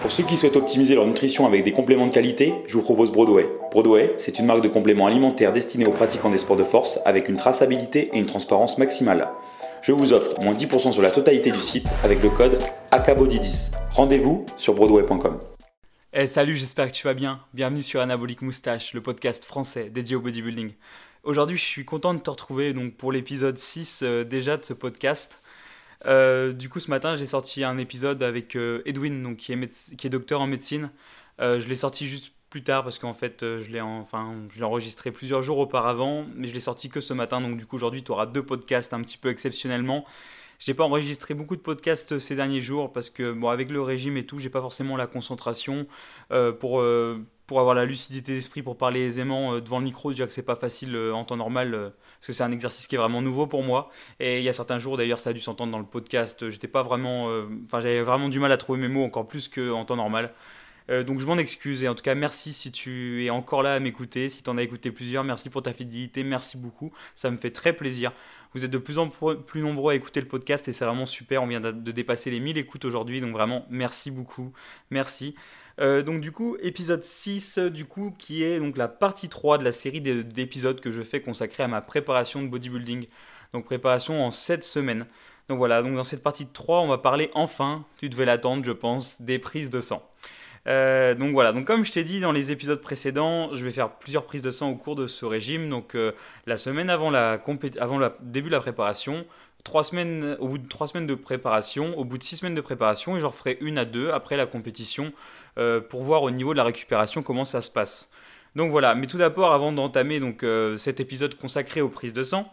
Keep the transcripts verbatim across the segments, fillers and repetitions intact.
Pour ceux qui souhaitent optimiser leur nutrition avec des compléments de qualité, je vous propose Broadway. Broadway, c'est une marque de compléments alimentaires destinée aux pratiquants des sports de force avec une traçabilité et une transparence maximale. Je vous offre moins dix pour cent sur la totalité du site avec le code A K B O D Y dix. Rendez-vous sur broadway point com. Hey, salut, j'espère que tu vas bien. Bienvenue sur Anabolic Moustache, le podcast français dédié au bodybuilding. Aujourd'hui, je suis content de te retrouver donc, pour l'épisode six euh, déjà de ce podcast. Euh, du coup, ce matin, j'ai sorti un épisode avec euh, Edwin, donc, qui, est méde- qui est docteur en médecine. Euh, je l'ai sorti juste plus tard parce qu'en fait, euh, je, l'ai en- enfin, je l'ai enregistré plusieurs jours auparavant, mais je l'ai sorti que ce matin. Donc, du coup, aujourd'hui, tu auras deux podcasts un petit peu exceptionnellement. Je n'ai pas enregistré beaucoup de podcasts ces derniers jours parce que, bon, avec le régime et tout, j'ai pas forcément la concentration euh, pour, euh, pour avoir la lucidité d'esprit pour parler aisément euh, devant le micro. Déjà que c'est pas facile euh, en temps normal euh, parce que c'est un exercice qui est vraiment nouveau pour moi. Et il y a certains jours, d'ailleurs, ça a dû s'entendre dans le podcast. J'étais pas vraiment, euh, enfin, j'avais vraiment du mal à trouver mes mots encore plus qu'en temps normal. Euh, donc je m'en excuse et en tout cas merci si tu es encore là à m'écouter, si tu en as écouté plusieurs, merci pour ta fidélité, merci beaucoup, ça me fait très plaisir. Vous êtes de plus en plus nombreux à écouter le podcast et c'est vraiment super, on vient de dépasser les mille écoutes aujourd'hui, donc vraiment merci beaucoup, merci. Euh, donc du coup épisode six du coup qui est donc la partie trois de la série d'épisodes que je fais consacrée à ma préparation de bodybuilding, donc préparation en sept semaines. Donc voilà, donc dans cette partie trois on va parler enfin, tu devais l'attendre je pense, des prises de sang. Euh, donc voilà, donc comme je t'ai dit dans les épisodes précédents, je vais faire plusieurs prises de sang au cours de ce régime. Donc euh, la semaine avant le compé- avant la- début de la préparation, trois semaines, au bout de trois semaines de préparation, au bout de six semaines de préparation, et j'en referai une à deux après la compétition euh, pour voir au niveau de la récupération comment ça se passe. Donc voilà, mais tout d'abord, avant d'entamer donc, euh, cet épisode consacré aux prises de sang,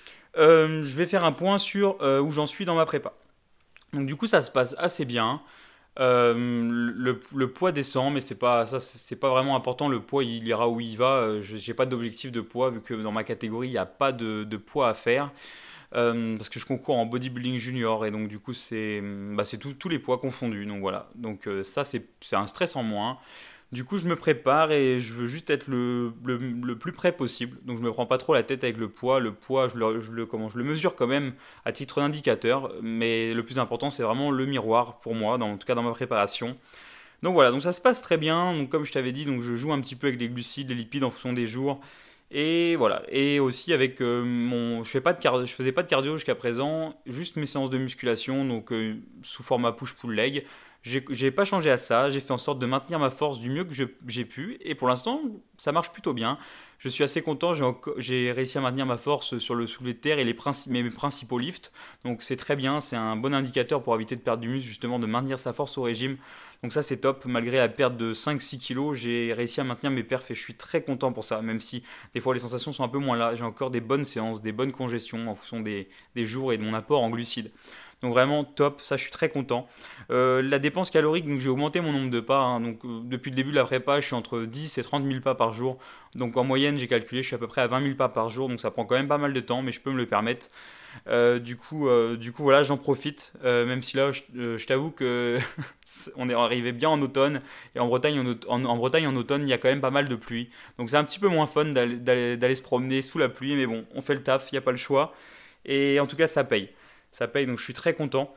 euh, je vais faire un point sur euh, où j'en suis dans ma prépa. Donc du coup, ça se passe assez bien. Euh, le, le poids descend, mais c'est pas ça, c'est c'est pas vraiment important. Le poids, il ira où il va. Euh, je- J'ai pas d'objectif de poids vu que dans ma catégorie, il n'y a pas de, de poids à faire. Euh, parce que je concours en bodybuilding junior et donc du coup c'est bah, c'est tout- tous les poids confondus. Donc voilà. Donc euh, ça c'est c'est un stress en moins. Du coup, je me prépare et je veux juste être le, le, le plus près possible. Donc, je me prends pas trop la tête avec le poids. Le poids, je le, je le, comment, je le mesure quand même à titre d'indicateur. Mais le plus important, c'est vraiment le miroir pour moi, dans, en tout cas dans ma préparation. Donc voilà, donc ça se passe très bien. Donc, comme je t'avais dit, donc je joue un petit peu avec les glucides, les lipides en fonction des jours. Et voilà. Et aussi avec euh, mon, je fais pas de cardio, je faisais pas de cardio jusqu'à présent, juste mes séances de musculation, donc euh, sous format push-pull leg. J'ai j'ai pas changé à ça, j'ai fait en sorte de maintenir ma force du mieux que je- j'ai pu, et pour l'instant, ça marche plutôt bien. Je suis assez content, j'ai enco- j'ai réussi à maintenir ma force sur le soulevé de terre et les princi- mes, mes principaux lifts, donc c'est très bien, c'est un bon indicateur pour éviter de perdre du muscle, justement, de maintenir sa force au régime. Donc ça c'est top, malgré la perte de cinq six kilos, j'ai réussi à maintenir mes perfs et je suis très content pour ça, même si des fois les sensations sont un peu moins là, j'ai encore des bonnes séances, des bonnes congestions en fonction des, des jours et de mon apport en glucides. Donc vraiment top, ça je suis très content. Euh, la dépense calorique, donc j'ai augmenté mon nombre de pas. Hein, donc euh, depuis le début de la prépa, je suis entre dix et trente mille pas par jour. Donc en moyenne, j'ai calculé, je suis à peu près à vingt mille pas par jour. Donc ça prend quand même pas mal de temps, mais je peux me le permettre. Euh, du coup, euh, du coup voilà, j'en profite. Euh, même si là, je, euh, je t'avoue que on est arrivé bien en automne et en Bretagne, en, aut- en- en Bretagne en automne, il y a quand même pas mal de pluie. Donc c'est un petit peu moins fun d'aller, d'aller- d'aller se promener sous la pluie, mais bon, on fait le taf, il n'y a pas le choix. Et en tout cas, ça paye. Ça paye, donc je suis très content.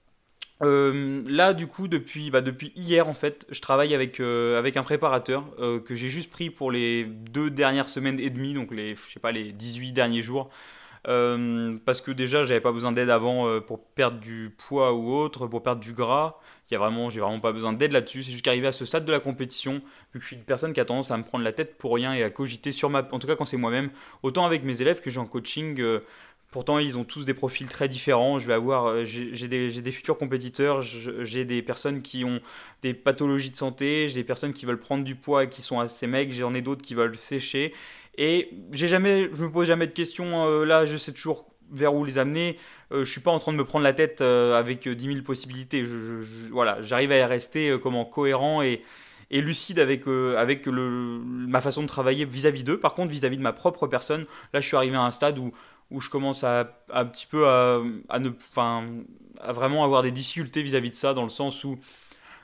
Euh, là, du coup, depuis, bah, depuis hier, en fait, je travaille avec, euh, avec un préparateur euh, que j'ai juste pris pour les deux dernières semaines et demie, donc les, je sais pas, les dix-huit derniers jours. Euh, parce que déjà, j'avais pas besoin d'aide avant euh, pour perdre du poids ou autre, pour perdre du gras. Il y a vraiment, j'ai vraiment pas besoin d'aide là-dessus. C'est juste qu'arrivé à ce stade de la compétition, vu que je suis une personne qui a tendance à me prendre la tête pour rien et à cogiter sur ma, en tout cas quand c'est moi-même, autant avec mes élèves que j'ai en coaching. Euh, pourtant, ils ont tous des profils très différents. Je vais avoir, euh, j'ai j'ai des, j'ai des futurs compétiteurs, je- j'ai des personnes qui ont des pathologies de santé, j'ai des personnes qui veulent prendre du poids et qui sont assez maigres, j'en ai d'autres qui veulent sécher. Et j'ai jamais, je me pose jamais de questions. Euh, là, je sais toujours vers où les amener. Euh, je suis pas en train de me prendre la tête euh, avec euh, dix mille possibilités. Je, je- je- voilà, j'arrive à rester euh, comment cohérent et, et lucide avec, euh, avec le, ma façon de travailler vis-à-vis d'eux. Par contre, vis-à-vis de ma propre personne, là, je suis arrivé à un stade où, où je commence à, à un petit peu à, à ne, enfin, à vraiment avoir des difficultés vis-à-vis de ça, dans le sens où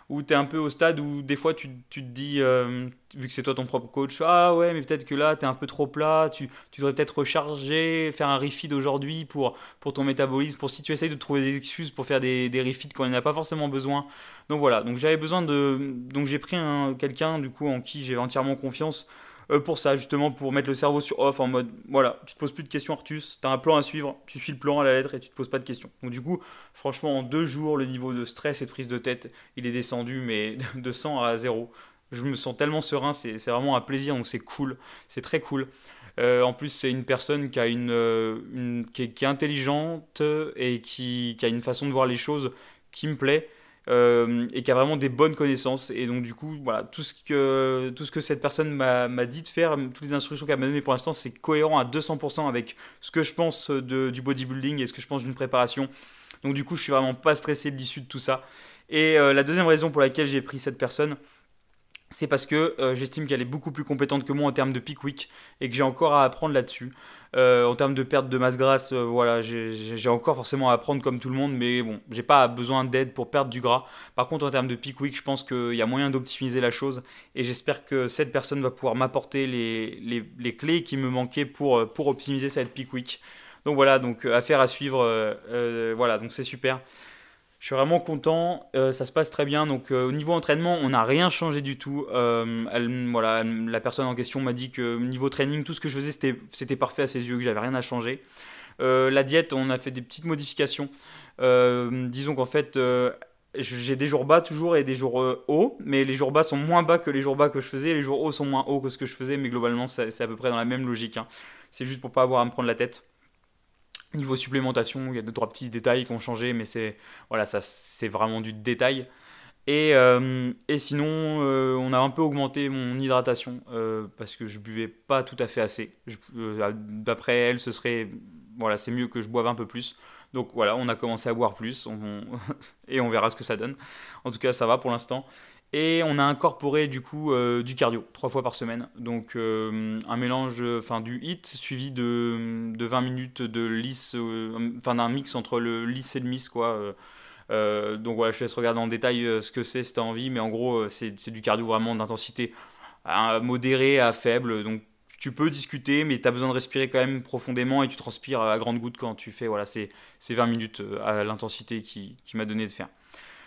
où tu es un peu au stade où des fois tu, tu te dis, euh, vu que c'est toi ton propre coach, ah ouais, mais peut-être que là tu es un peu trop plat, tu, tu devrais peut-être recharger, faire un refeed aujourd'hui pour, pour ton métabolisme, pour si tu essayes de trouver des excuses pour faire des, des refeeds quand il n'y en a pas forcément besoin. Donc voilà, donc j'avais besoin de. Donc j'ai pris un, quelqu'un du coup en qui j'ai entièrement confiance euh, pour ça, justement pour mettre le cerveau sur off en mode voilà, tu te poses plus de questions Artus, tu as un plan à suivre, tu suis le plan à la lettre et tu te poses pas de questions. Donc du coup, franchement, en deux jours, le niveau de stress et de prise de tête, il est descendu, mais de cent à zéro. Je me sens tellement serein, c'est c'est vraiment un plaisir, donc c'est cool, c'est très cool. Euh, en plus, c'est une personne qui, a une, euh, une- qui, est, qui est intelligente et qui, qui a une façon de voir les choses qui me plaît. Euh, et qui a vraiment des bonnes connaissances. Et donc, du coup, voilà, tout ce que, tout ce que cette personne m'a m'a dit de faire, toutes les instructions qu'elle m'a données pour l'instant, c'est cohérent à deux cents pour cent avec ce que je pense de, du bodybuilding et ce que je pense d'une préparation. Donc, du coup, je suis vraiment pas stressé de l'issue de tout ça. Et euh, la deuxième raison pour laquelle j'ai pris cette personne, c'est parce que euh, j'estime qu'elle est beaucoup plus compétente que moi en termes de peak week et que j'ai encore à apprendre là-dessus. Euh, en termes de perte de masse grasse, euh, voilà, j'ai j'ai encore forcément à apprendre comme tout le monde, mais bon, j'ai pas besoin d'aide pour perdre du gras. Par contre, en termes de peak week, je pense qu'il y a moyen d'optimiser la chose et j'espère que cette personne va pouvoir m'apporter les, les, les clés qui me manquaient pour, euh, pour optimiser cette peak week. Donc voilà, donc euh, affaire à suivre, euh, euh, voilà, donc c'est super. Je suis vraiment content, euh, ça se passe très bien. Donc euh, au niveau entraînement, on n'a rien changé du tout. Euh, elle- voilà, elle- la personne en question m'a dit que niveau training, tout ce que je faisais, c'était, c'était parfait à ses yeux, que j'avais rien à changer. Euh, la diète, on a fait des petites modifications. Euh, disons qu'en fait, euh, j'ai des jours bas toujours et des jours euh, hauts, mais les jours bas sont moins bas que les jours bas que je faisais, et les jours hauts sont moins hauts que ce que je faisais, mais globalement, c'est c'est à peu près dans la même logique, hein. C'est juste pour pas avoir à me prendre la tête. Niveau supplémentation, il y a deux trois petits détails qui ont changé, mais c'est voilà, ça c'est vraiment du détail. Et, euh, et sinon, euh, on a un peu augmenté mon hydratation euh, parce que je buvais pas tout à fait assez. Je- euh, D'après elle, ce serait voilà, c'est mieux que je boive un peu plus. Donc voilà, on a commencé à boire plus on- et on verra ce que ça donne. En tout cas, ça va pour l'instant. Et on a incorporé du coup euh, du cardio trois fois par semaine. Donc euh, un mélange, enfin du hit suivi de, de vingt minutes de liss, euh, enfin d'un mix entre le liss et le miss quoi. Euh, euh, donc voilà, je te laisse regarder en détail euh, ce que c'est si tu as envie, mais en gros, euh, c'est c'est du cardio vraiment d'intensité à modérée à faible. Donc tu peux discuter, mais tu as besoin de respirer quand même profondément et tu transpires à grandes gouttes quand tu fais voilà, ces, ces vingt minutes euh, à l'intensité qui, qui m'a donné de faire.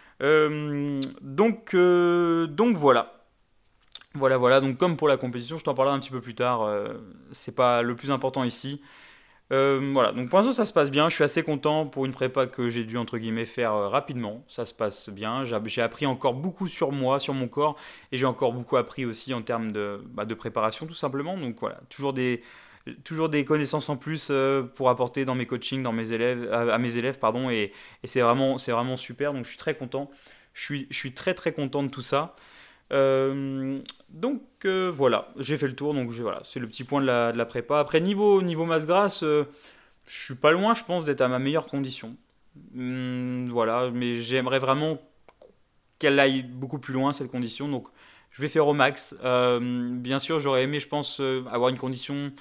Euh, donc, euh, donc voilà. Voilà, voilà. Donc comme pour la compétition, je t'en parlerai un petit peu plus tard. Euh, c'est pas le plus important ici. Euh, voilà, donc pour l'instant ça se passe bien, je suis assez content pour une prépa que j'ai dû entre guillemets faire euh, rapidement, ça se passe bien, j'ai j'ai appris encore beaucoup sur moi, sur mon corps, et j'ai encore beaucoup appris aussi en termes de, bah, de préparation tout simplement, donc voilà, toujours des, toujours des connaissances en plus euh, pour apporter dans mes coachings, dans mes élèves, à, à mes élèves, pardon, et, et c'est vraiment, c'est vraiment super, donc je suis très content, je suis, je suis très très content de tout ça. Euh, donc euh, voilà, j'ai fait le tour, donc j'ai- voilà, c'est le petit point de la, de la prépa. Après, niveau, niveau masse grasse, euh, je suis pas loin, je pense, d'être à ma meilleure condition. Hum, voilà, mais j'aimerais vraiment qu'elle aille beaucoup plus loin, cette condition, donc je vais faire au max. Euh, bien sûr, j'aurais aimé, je pense, euh, avoir une condition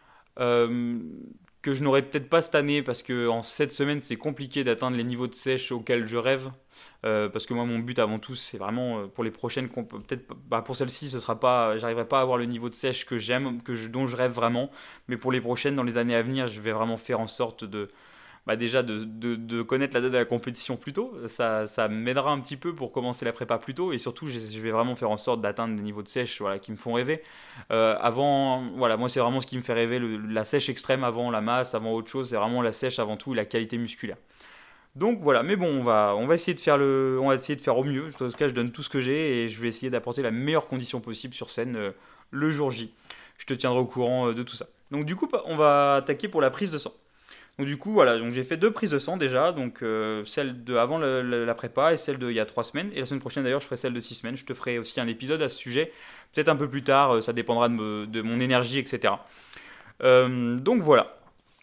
euh, que je n'aurai peut-être pas cette année parce que en sept semaines c'est compliqué d'atteindre les niveaux de sèche auxquels je rêve. Euh, parce que moi mon but avant tout c'est vraiment euh, pour les prochaines comp- peut-être bah, pour celle-ci ce sera pas j'arriverai pas à avoir le niveau de sèche que j'aime que je, dont je rêve vraiment, mais pour les prochaines dans les années à venir je vais vraiment faire en sorte de bah déjà de, de, de connaître la date de la compétition plus tôt, ça, ça m'aidera un petit peu pour commencer la prépa plus tôt et surtout je, je vais vraiment faire en sorte d'atteindre des niveaux de sèche voilà, qui me font rêver. Euh, avant, voilà, moi c'est vraiment ce qui me fait rêver, le- la sèche extrême avant la masse, avant autre chose, c'est vraiment la sèche avant tout et la qualité musculaire. Donc voilà, mais bon, on va, on va essayer de faire le, on va essayer de faire au mieux. En tout cas, je donne tout ce que j'ai et je vais essayer d'apporter la meilleure condition possible sur scène euh, le jour J. Je te tiendrai au courant euh, de tout ça. Donc du coup, on va attaquer pour la prise de sang. Donc du coup, voilà, donc j'ai fait deux prises de sang déjà, donc euh, celle de avant le- le- la prépa et celle de il y a trois semaines. Et la semaine prochaine d'ailleurs, je ferai celle de six semaines. Je te ferai aussi un épisode à ce sujet, peut-être un peu plus tard. euh, Ça dépendra de, me- de mon énergie, et cetera. Euh, donc voilà.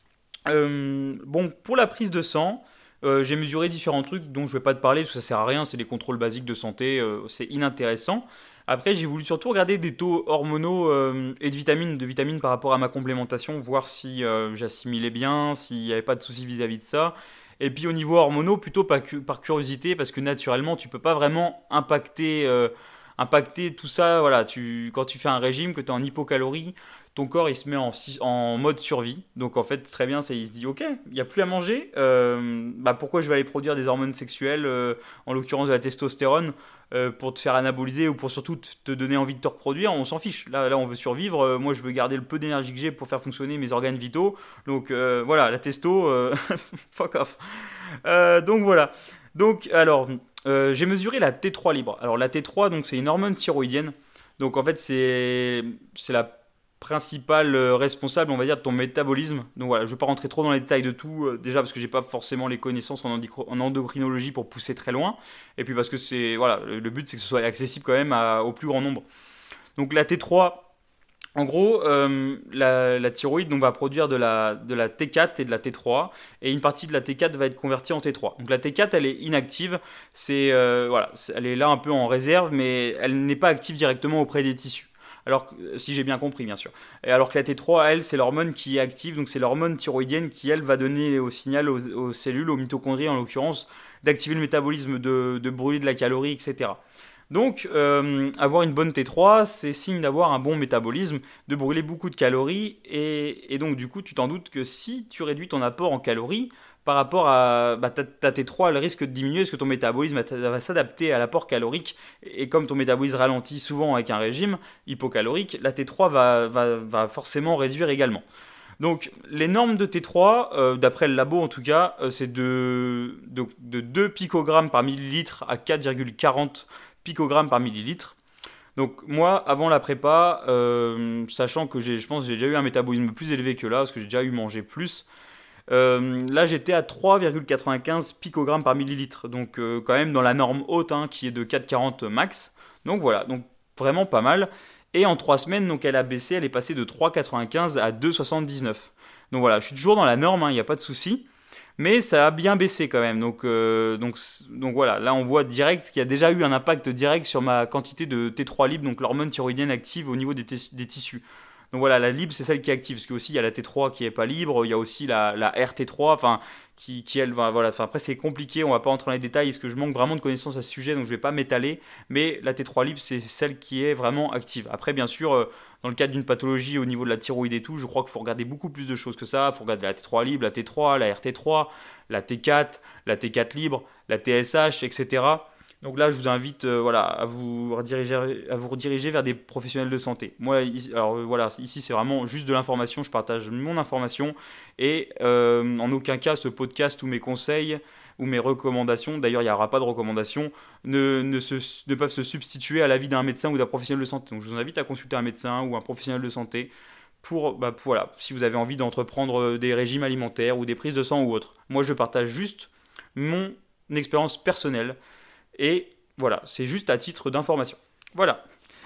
Euh, bon, pour la prise de sang, euh, j'ai mesuré différents trucs dont je ne vais pas te parler parce que ça sert à rien, c'est des contrôles basiques de santé, euh, c'est inintéressant. Après, j'ai voulu surtout regarder des taux hormonaux euh, et de vitamines, de vitamines par rapport à ma complémentation, voir si euh, j'assimilais bien, s'il n'y avait pas de soucis vis-à-vis de ça. Et puis au niveau hormonaux, plutôt par, par curiosité, parce que naturellement, tu peux pas vraiment impacter, euh, impacter tout ça. Voilà, tu, quand tu fais un régime, que tu es en hypocalorie, ton corps il se met en, en mode survie. Donc en fait, très bien, c'est, il se dit ok, il n'y a plus à manger, euh, bah pourquoi je vais aller produire des hormones sexuelles, euh, en l'occurrence de la testostérone, euh, pour te faire anaboliser ou pour surtout te donner envie de te reproduire, on s'en fiche. Là, là on veut survivre, euh, moi je veux garder le peu d'énergie que j'ai pour faire fonctionner mes organes vitaux. Donc euh, voilà, la testo, euh, fuck off. Euh, donc voilà. Donc alors, euh, j'ai mesuré la T trois libre. Alors la T trois, donc c'est une hormone thyroïdienne. Donc en fait, c'est c'est la principale euh, responsable, on va dire, de ton métabolisme. Donc voilà, je ne vais pas rentrer trop dans les détails de tout, euh, déjà parce que j'ai pas forcément les connaissances en, en endocrinologie pour pousser très loin, et puis parce que c'est voilà, le, le but c'est que ce soit accessible quand même à, au plus grand nombre. Donc la T trois, en gros, euh, la, la thyroïde donc, va produire de la, de la T quatre et de la T trois, et une partie de la T quatre va être convertie en T trois. Donc la T quatre, elle est inactive, c'est, euh, voilà, c'est, elle est là un peu en réserve, mais elle n'est pas active directement auprès des tissus. Alors, si j'ai bien compris, bien sûr. Et alors que la T trois, elle, c'est l'hormone qui est active, donc c'est l'hormone thyroïdienne qui, elle, va donner au signal aux, aux cellules, aux mitochondries en l'occurrence, d'activer le métabolisme, de, de brûler de la calorie, et cetera. Donc, euh, avoir une bonne T trois, c'est signe d'avoir un bon métabolisme, de brûler beaucoup de calories, et, et donc du coup, tu t'en doutes que si tu réduis ton apport en calories, par rapport à bah, ta, ta T trois, elle risque de diminuer parce que ton métabolisme va s'adapter à l'apport calorique, et comme ton métabolisme ralentit souvent avec un régime hypocalorique, la T trois va, va, va forcément réduire également. Donc les normes de T trois, euh, d'après le labo en tout cas, euh, c'est de, de, de deux picogrammes par millilitre à quatre virgule quarante picogrammes par millilitre. Donc moi, avant la prépa, euh, sachant que j'ai, je pense que j'ai déjà eu un métabolisme plus élevé que là, parce que j'ai déjà eu mangé plus, euh, là j'étais à trois virgule quatre-vingt-quinze picogrammes par millilitre, donc euh, quand même dans la norme haute, hein, qui est de quatre virgule quarante max. Donc voilà, donc vraiment pas mal. Et en trois semaines, donc elle a baissé, elle est passée de trois virgule quatre-vingt-quinze à deux virgule soixante-dix-neuf. Donc voilà, je suis toujours dans la norme, il n'y a pas de souci. Mais ça a bien baissé quand même. Donc, euh, donc, donc voilà, là on voit direct qu'il y a déjà eu un impact direct sur ma quantité de T trois libre, donc l'hormone thyroïdienne active au niveau des, t- des tissus. Donc voilà, la libre c'est celle qui est active, parce qu'aussi il y a la T trois qui n'est pas libre, il y a aussi la, la R T trois, enfin, qui, qui elle, voilà, enfin, après c'est compliqué, on ne va pas entrer dans les détails, parce que je manque vraiment de connaissances à ce sujet, donc je ne vais pas m'étaler, mais la T trois libre c'est celle qui est vraiment active. Après bien sûr, euh, dans le cadre d'une pathologie au niveau de la thyroïde et tout, je crois qu'il faut regarder beaucoup plus de choses que ça, il faut regarder la T trois libre, la T trois, la R T trois, la T quatre, la T quatre libre, la T S H, et cetera. Donc là, je vous invite euh, voilà, à, vous rediriger, à vous rediriger vers des professionnels de santé. Moi, ici, alors, euh, voilà, ici, c'est vraiment juste de l'information. Je partage mon information. Et euh, en aucun cas, ce podcast ou mes conseils ou mes recommandations, d'ailleurs, il n'y aura pas de recommandations, ne, ne, se, ne peuvent se substituer à l'avis d'un médecin ou d'un professionnel de santé. Donc je vous invite à consulter un médecin ou un professionnel de santé pour, bah, pour voilà, si vous avez envie d'entreprendre des régimes alimentaires ou des prises de sang ou autre. Moi, je partage juste mon expérience personnelle. Et voilà, c'est juste à titre d'information. Voilà.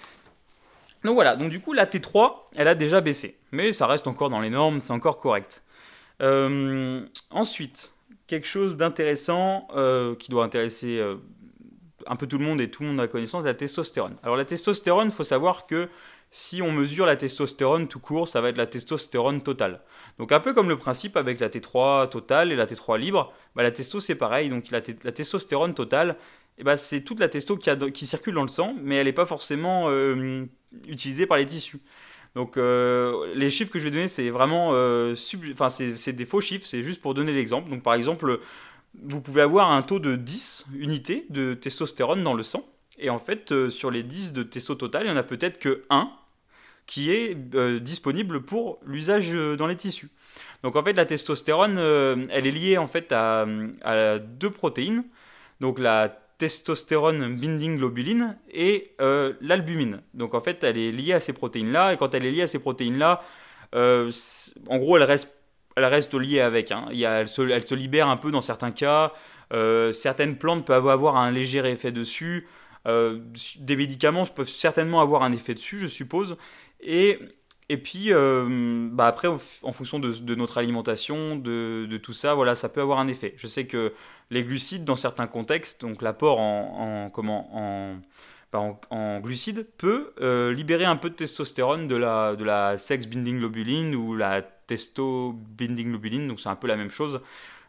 Donc voilà, donc du coup la T trois, elle a déjà baissé. Mais ça reste encore dans les normes, c'est encore correct. Euh, ensuite, quelque chose d'intéressant euh, qui doit intéresser euh, un peu tout le monde et tout le monde a connaissance, la testostérone. Alors la testostérone, il faut savoir que si on mesure la testostérone tout court, ça va être la testostérone totale. Donc un peu comme le principe avec la T trois totale et la T trois libre, bah, la testo c'est pareil, donc la, t- la testostérone totale, eh ben, c'est toute la testo qui, a, qui circule dans le sang, mais elle n'est pas forcément euh, utilisée par les tissus. Donc euh, les chiffres que je vais donner, c'est vraiment, euh, sub... enfin, c'est, c'est des faux chiffres, c'est juste pour donner l'exemple. Donc par exemple, vous pouvez avoir un taux de dix unités de testostérone dans le sang, et en fait, euh, sur les dix de testo total, il n'y en a peut-être que un qui est euh, disponible pour l'usage euh, dans les tissus. Donc en fait, la testostérone, euh, elle est liée en fait à, à deux protéines, donc la testostérone binding globulin et euh, l'albumine. Donc en fait, elle est liée à ces protéines-là, et quand elle est liée à ces protéines-là, euh, en gros, elle reste, elle reste liée avec. Hein. Il y a, elle, se, elle se libère un peu dans certains cas. Euh, certaines plantes peuvent avoir un léger effet dessus. Euh, des médicaments peuvent certainement avoir un effet dessus, je suppose. Et, et puis, euh, bah après, en fonction de, de notre alimentation, de, de tout ça, voilà, ça peut avoir un effet. Je sais que les glucides, dans certains contextes, donc l'apport en, en, comment, en, bah en, en glucides, peut euh, libérer un peu de testostérone de la, de la sex binding globulin ou la testo binding globulin, donc c'est un peu la même chose.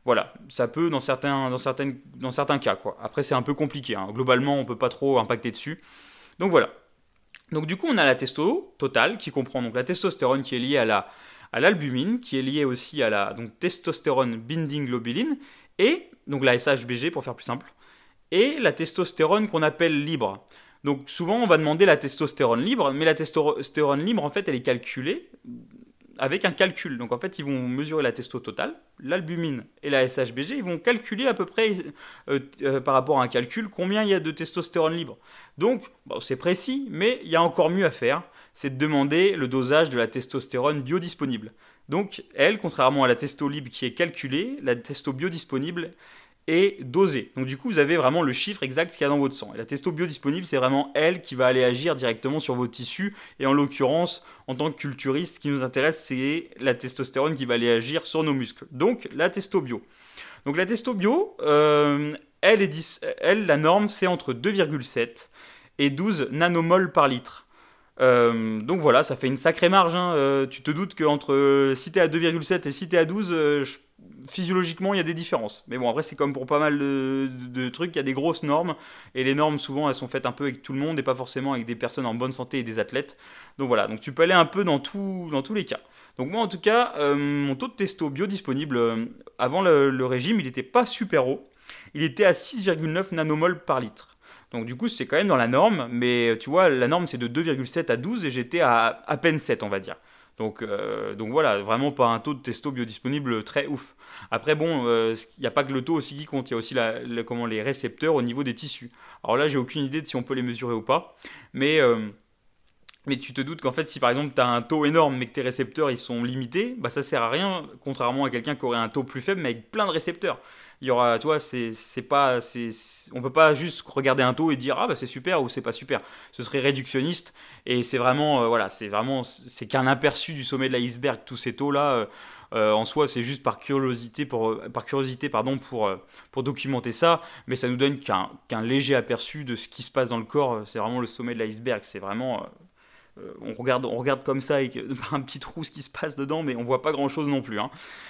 Voilà, ça peut dans certains, dans certaines, dans certains cas, quoi. Après, c'est un peu compliqué, hein. Globalement, on peut pas trop impacter dessus. Donc voilà. Donc du coup, on a la testo totale qui comprend donc la testostérone qui est liée à la à l'albumine, qui est liée aussi à la donc testostérone binding globulin et donc la S H B G pour faire plus simple, et la testostérone qu'on appelle libre. Donc souvent, on va demander la testostérone libre, mais la testostérone libre, en fait, elle est calculée avec un calcul. Donc en fait, ils vont mesurer la testo totale, l'albumine et la S H B G, ils vont calculer à peu près, euh, euh, par rapport à un calcul, combien il y a de testostérone libre. Donc, bon, c'est précis, mais il y a encore mieux à faire, c'est de demander le dosage de la testostérone biodisponible. Donc, elle, contrairement à la testo libre qui est calculée, la testo biodisponible est dosée. Donc du coup, vous avez vraiment le chiffre exact qu'il y a dans votre sang. Et la testo biodisponible, c'est vraiment elle qui va aller agir directement sur vos tissus. Et en l'occurrence, en tant que culturiste, ce qui nous intéresse, c'est la testostérone qui va aller agir sur nos muscles. Donc la testo bio. Donc la testo bio, euh, elle, est dix, elle, la norme, c'est entre deux virgule sept et douze nanomoles par litre. Euh, donc voilà, ça fait une sacrée marge, hein. Euh, tu te doutes que entre euh, si t'es à deux virgule sept et si t'es à douze, euh, je, physiologiquement il y a des différences. Mais bon, après c'est comme pour pas mal de, de, de trucs, il y a des grosses normes, et les normes souvent elles sont faites un peu avec tout le monde et pas forcément avec des personnes en bonne santé et des athlètes. Donc voilà, donc tu peux aller un peu dans, tout, dans tous les cas. Donc moi en tout cas, euh, mon taux de testo biodisponible euh, avant le, le régime, il n'était pas super haut, il était à six virgule neuf nanomoles par litre. Donc du coup, c'est quand même dans la norme, mais tu vois, la norme c'est de deux virgule sept à douze et j'étais à à peine sept, on va dire. Donc, euh, donc voilà, vraiment pas un taux de testo biodisponible très ouf. Après, bon, il euh, n'y a pas que le taux aussi qui compte, il y a aussi la, la, comment, les récepteurs au niveau des tissus. Alors là, j'ai aucune idée de si on peut les mesurer ou pas, mais... Euh, Mais tu te doutes qu'en fait, si par exemple tu as un taux énorme mais que tes récepteurs ils sont limités, bah ça sert à rien, contrairement à quelqu'un qui aurait un taux plus faible mais avec plein de récepteurs. Il y aura, toi, c'est, c'est pas, c'est, c'est- on peut pas juste regarder un taux et dire ah bah c'est super ou c'est pas super. Ce serait réductionniste et c'est vraiment, euh, voilà, c'est vraiment, c'est qu'un aperçu du sommet de l'iceberg. Tous ces taux là, en soi, c'est juste par curiosité pour, euh, par curiosité pardon pour euh, pour documenter ça, mais ça nous donne qu'un qu'un léger aperçu de ce qui se passe dans le corps. C'est vraiment le sommet de l'iceberg. C'est vraiment euh, euh, on, regarde, on regarde comme ça avec un petit trou ce qui se passe dedans, mais on voit pas grand chose non plus, hein.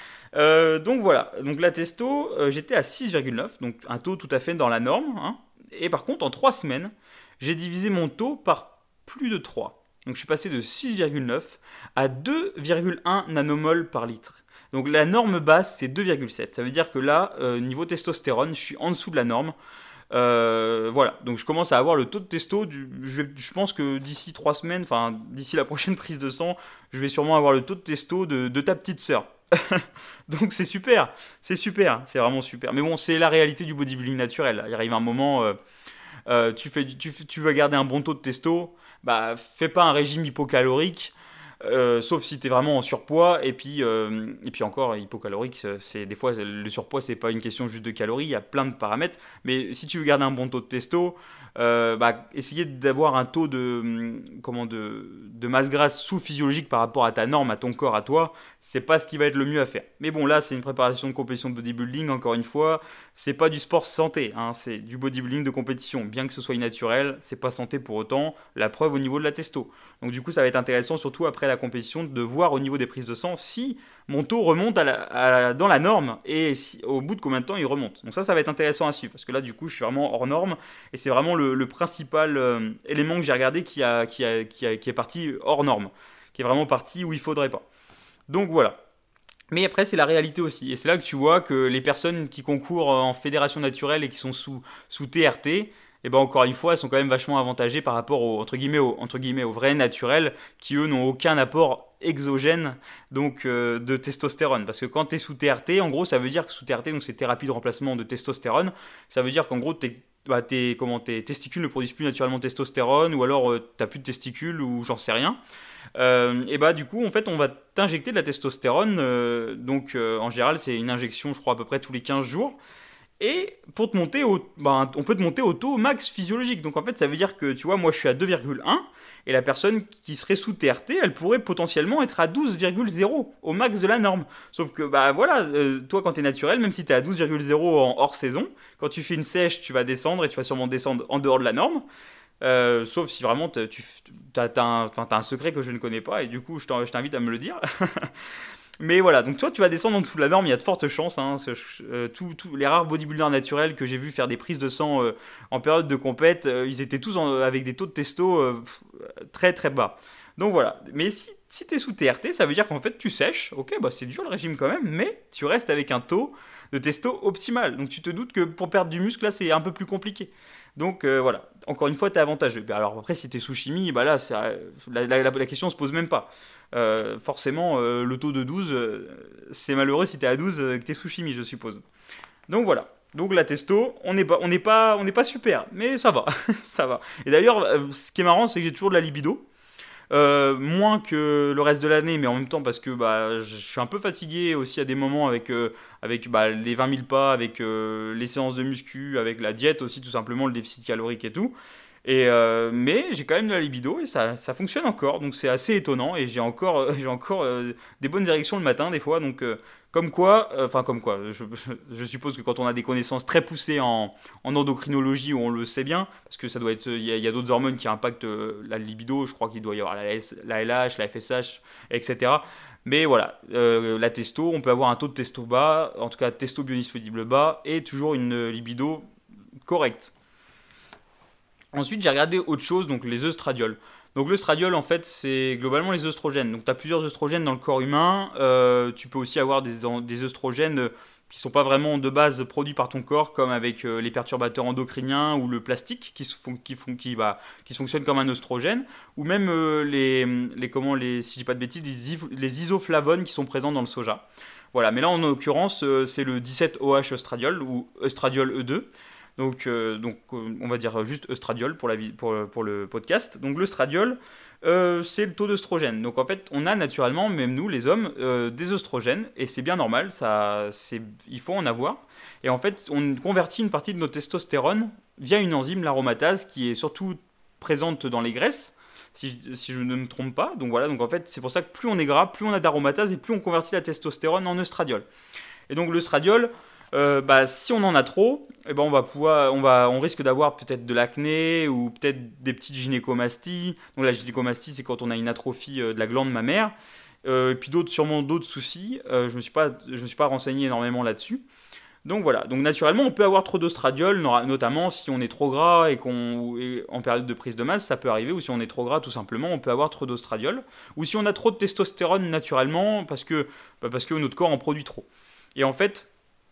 Euh, donc voilà, donc la testo, euh, j'étais à six virgule neuf, donc un taux tout à fait dans la norme, hein. Et par contre, en trois semaines, j'ai divisé mon taux par plus de trois. Donc je suis passé de six virgule neuf à deux virgule un nanomoles par litre. Donc la norme basse, c'est deux virgule sept. Ça veut dire que là, euh, niveau testostérone, je suis en dessous de la norme. Euh, voilà, donc je commence à avoir le taux de testo. Du, je, je pense que d'ici trois semaines, enfin d'ici la prochaine prise de sang, je vais sûrement avoir le taux de testo de, de ta petite sœur. Donc c'est super, c'est super, c'est vraiment super. Mais bon, c'est la réalité du bodybuilding naturel. Il arrive un moment, euh, euh, tu, fais, tu, tu veux garder un bon taux de testo, bah fais pas un régime hypocalorique. Euh, sauf si tu es vraiment en surpoids, et puis, euh, et puis encore, hypocalorique, c'est, des fois, le surpoids, c'est pas une question juste de calories, il y a plein de paramètres, mais si tu veux garder un bon taux de testo, euh, bah, essayer d'avoir un taux de, comment, de, de masse grasse sous-physiologique par rapport à ta norme, à ton corps, à toi, c'est pas ce qui va être le mieux à faire. Mais bon, là, c'est une préparation de compétition de bodybuilding, encore une fois, c'est pas du sport santé, hein, c'est du bodybuilding de compétition, bien que ce soit naturel, c'est pas santé pour autant, la preuve au niveau de la testo. Donc du coup, ça va être intéressant, surtout après la compétition, de voir au niveau des prises de sang si mon taux remonte à la, à la, dans la norme et si, au bout de combien de temps il remonte. Donc ça, ça va être intéressant à suivre parce que là, du coup, je suis vraiment hors norme et c'est vraiment le, le principal euh, élément que j'ai regardé qui, a, qui, a, qui, a, qui est parti hors norme, qui est vraiment parti où il faudrait pas. Donc voilà. Mais après, c'est la réalité aussi. Et c'est là que tu vois que les personnes qui concourent en fédération naturelle et qui sont sous, sous T R T, et ben encore une fois, elles sont quand même vachement avantagées par rapport aux, entre guillemets, aux, entre guillemets, aux vrais naturels qui, eux, n'ont aucun apport exogène donc, euh, de testostérone. Parce que quand tu es sous T R T, en gros, ça veut dire que sous T R T, donc c'est thérapie de remplacement de testostérone, ça veut dire qu'en gros, t'es, bah, t'es, comment, tes testicules ne produisent plus naturellement de testostérone, ou alors euh, tu n'as plus de testicules, ou j'en sais rien. Euh, et bah du coup en fait on va t'injecter de la testostérone, euh, donc euh, en général c'est une injection je crois à peu près tous les quinze jours, et pour te monter au, bah, on peut te monter au taux max physiologique. Donc en fait ça veut dire que tu vois moi je suis à deux virgule un et la personne qui serait sous T R T elle pourrait potentiellement être à douze virgule zéro au max de la norme, sauf que bah voilà, euh, toi quand t'es naturel, même si t'es à douze virgule zéro en hors saison, quand tu fais une sèche tu vas descendre et tu vas sûrement descendre en dehors de la norme. Euh, sauf si vraiment tu as un, un secret que je ne connais pas et du coup je t'invite à me le dire. Mais voilà, donc toi tu vas descendre en dessous de la norme, il y a de fortes chances. Hein, ce, euh, tout, tout, les rares bodybuilders naturels que j'ai vu faire des prises de sang euh, en période de compète, euh, ils étaient tous en, avec des taux de testo euh, très très bas. Donc voilà, mais si, si tu es sous T R T, ça veut dire qu'en fait tu sèches, ok, bah c'est dur le régime quand même, mais tu restes avec un taux de testo optimal. Donc tu te doutes que pour perdre du muscle, là c'est un peu plus compliqué. Donc euh, voilà, encore une fois, tu es avantageux. Alors après, si tu es sous chimie, bah là, la, la, la, la question ne se pose même pas. Euh, forcément, euh, le taux de douze, euh, c'est malheureux si tu es à douze euh, que tu es sous chimie, je suppose. Donc voilà. Donc la testo, on n'est pas, on n'est pas, on n'est pas super, mais ça va, ça va. Et d'ailleurs, ce qui est marrant, c'est que j'ai toujours de la libido. Euh, moins que le reste de l'année, mais en même temps parce que bah, je suis un peu fatigué aussi à des moments avec, euh, avec bah, les vingt mille pas, avec euh, les séances de muscu, avec la diète aussi, tout simplement, le déficit calorique et tout. Et, euh, mais j'ai quand même de la libido et ça, ça fonctionne encore, donc c'est assez étonnant et j'ai encore, euh, j'ai encore euh, des bonnes érections le matin des fois, donc euh, comme quoi, enfin euh, comme quoi, je, je suppose que quand on a des connaissances très poussées en, en endocrinologie où on le sait bien, parce que ça doit être, il y a, y a d'autres hormones qui impactent euh, la libido, je crois qu'il doit y avoir la, S, la L H, la F S H, et cetera. Mais voilà, euh, la testo, on peut avoir un taux de testo bas, en tout cas testo biodisponible bas, et toujours une libido correcte. Ensuite, j'ai regardé autre chose, donc les œstradiols. Donc l'œstradiol, en fait, c'est globalement les œstrogènes. Donc tu as plusieurs œstrogènes dans le corps humain. Euh, tu peux aussi avoir des, des œstrogènes qui ne sont pas vraiment de base produits par ton corps, comme avec euh, les perturbateurs endocriniens ou le plastique, qui, qui, qui, qui, bah, qui fonctionnent comme un œstrogène, ou même euh, les, les, comment, les, si je dis pas de bêtises, les, les isoflavones qui sont présents dans le soja. Voilà, mais là, en l'occurrence, euh, c'est le dix-sept O H œstradiol, ou œstradiol E deux. Donc, euh, donc euh, on va dire juste œstradiol pour, la, pour, pour le podcast. Donc l'œstradiol, euh, c'est le taux d'œstrogène. Donc en fait, on a naturellement, même nous les hommes, euh, des œstrogènes, et c'est bien normal, ça, c'est, il faut en avoir. Et en fait, on convertit une partie de notre testostérone via une enzyme, l'aromatase, qui est surtout présente dans les graisses, si je, si je ne me trompe pas. Donc voilà, donc en fait, c'est pour ça que plus on est gras, plus on a d'aromatase, et plus on convertit la testostérone en œstradiol. Et donc l'œstradiol, Euh, bah, si on en a trop, eh ben on va pouvoir, on va, on risque d'avoir peut-être de l'acné ou peut-être des petites gynécomasties. Donc la gynécomastie, c'est quand on a une atrophie de la glande mammaire. Euh, et puis d'autres, sûrement d'autres soucis. Euh, je me suis pas, je me suis pas renseigné énormément là-dessus. Donc voilà. Donc naturellement, on peut avoir trop d'œstradiol, notamment si on est trop gras et qu'on, et en période de prise de masse, ça peut arriver. Ou si on est trop gras, tout simplement, on peut avoir trop d'œstradiol. Ou si on a trop de testostérone naturellement, parce que, bah, parce que notre corps en produit trop. Et en fait,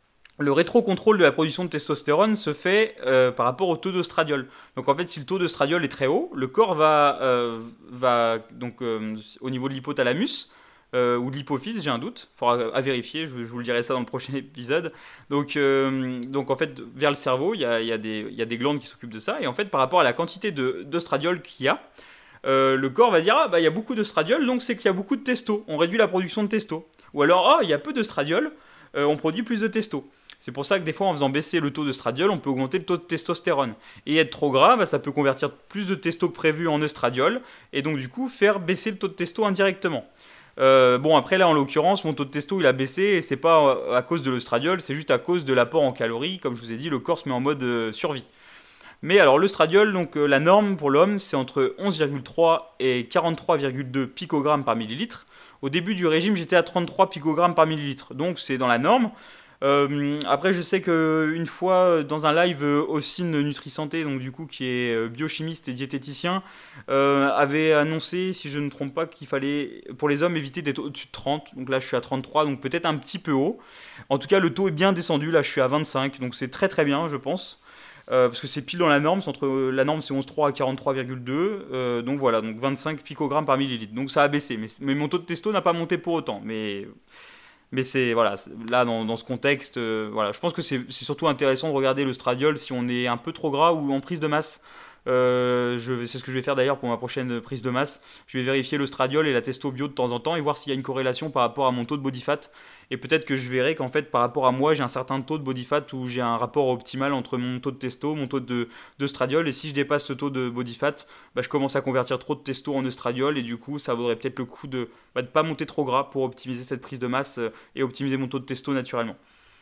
le rétrocontrôle de la production de testostérone se fait euh, par rapport au taux d'œstradiol. Donc en fait, si le taux d'œstradiol est très haut, le corps va, euh, va donc euh, au niveau de l'hypothalamus euh, ou de l'hypophyse, j'ai un doute, il faudra à vérifier, je, je vous le dirai ça dans le prochain épisode. Donc, euh, donc en fait, vers le cerveau, il y a, y a des, y a des glandes qui s'occupent de ça, et en fait, par rapport à la quantité de, d'œstradiol qu'il y a, euh, le corps va dire ah bah il y a beaucoup d'œstradiol, donc c'est qu'il y a beaucoup de testo, on réduit la production de testo. Ou alors ah il y a peu d'œstradiol, euh, on produit plus de testo. C'est pour ça que des fois, en faisant baisser le taux d'œstradiol, on peut augmenter le taux de testostérone. Et être trop gras, bah, ça peut convertir plus de testo que prévu en œstradiol, et donc du coup faire baisser le taux de testo indirectement. Euh, bon, après là, en l'occurrence, mon taux de testo il a baissé, et c'est pas à cause de l'œstradiol, c'est juste à cause de l'apport en calories. Comme je vous ai dit, le corps se met en mode euh, survie. Mais alors l'œstradiol, donc euh, la norme pour l'homme, c'est entre onze virgule trois et quarante-trois virgule deux picogrammes par millilitre. Au début du régime, j'étais à trente-trois picogrammes par millilitre, donc c'est dans la norme. Euh, après, je sais qu'une fois, dans un live, euh, Ossine NutriSanté, donc du coup, qui est euh, biochimiste et diététicien, euh, avait annoncé, si je ne me trompe pas, qu'il fallait, pour les hommes, éviter d'être au-dessus de trente. Donc là, je suis à trente-trois, donc peut-être un petit peu haut. En tout cas, le taux est bien descendu. Là, je suis à vingt-cinq, donc c'est très très bien, je pense. Euh, parce que c'est pile dans la norme, c'est entre, la norme c'est onze virgule trois à quarante-trois virgule deux, euh, donc voilà, donc vingt-cinq picogrammes par millilitre. Donc ça a baissé, mais, mais mon taux de testo n'a pas monté pour autant. Mais... Mais c'est voilà, là dans, dans ce contexte, euh, voilà, je pense que c'est, c'est surtout intéressant de regarder l'œstradiol si on est un peu trop gras ou en prise de masse. Euh, je vais, c'est ce que je vais faire d'ailleurs pour ma prochaine prise de masse. Je vais vérifier l'œstradiol et la testo bio de temps en temps et voir s'il y a une corrélation par rapport à mon taux de body fat. Et peut-être que je verrai qu'en fait par rapport à moi j'ai un certain taux de body fat où j'ai un rapport optimal entre mon taux de testo, mon taux de, d'œstradiol, et si je dépasse ce taux de body fat, bah, je commence à convertir trop de testo en œstradiol, et du coup ça vaudrait peut-être le coup de ne bah, pas monter trop gras pour optimiser cette prise de masse euh, et optimiser mon taux de testo naturellement.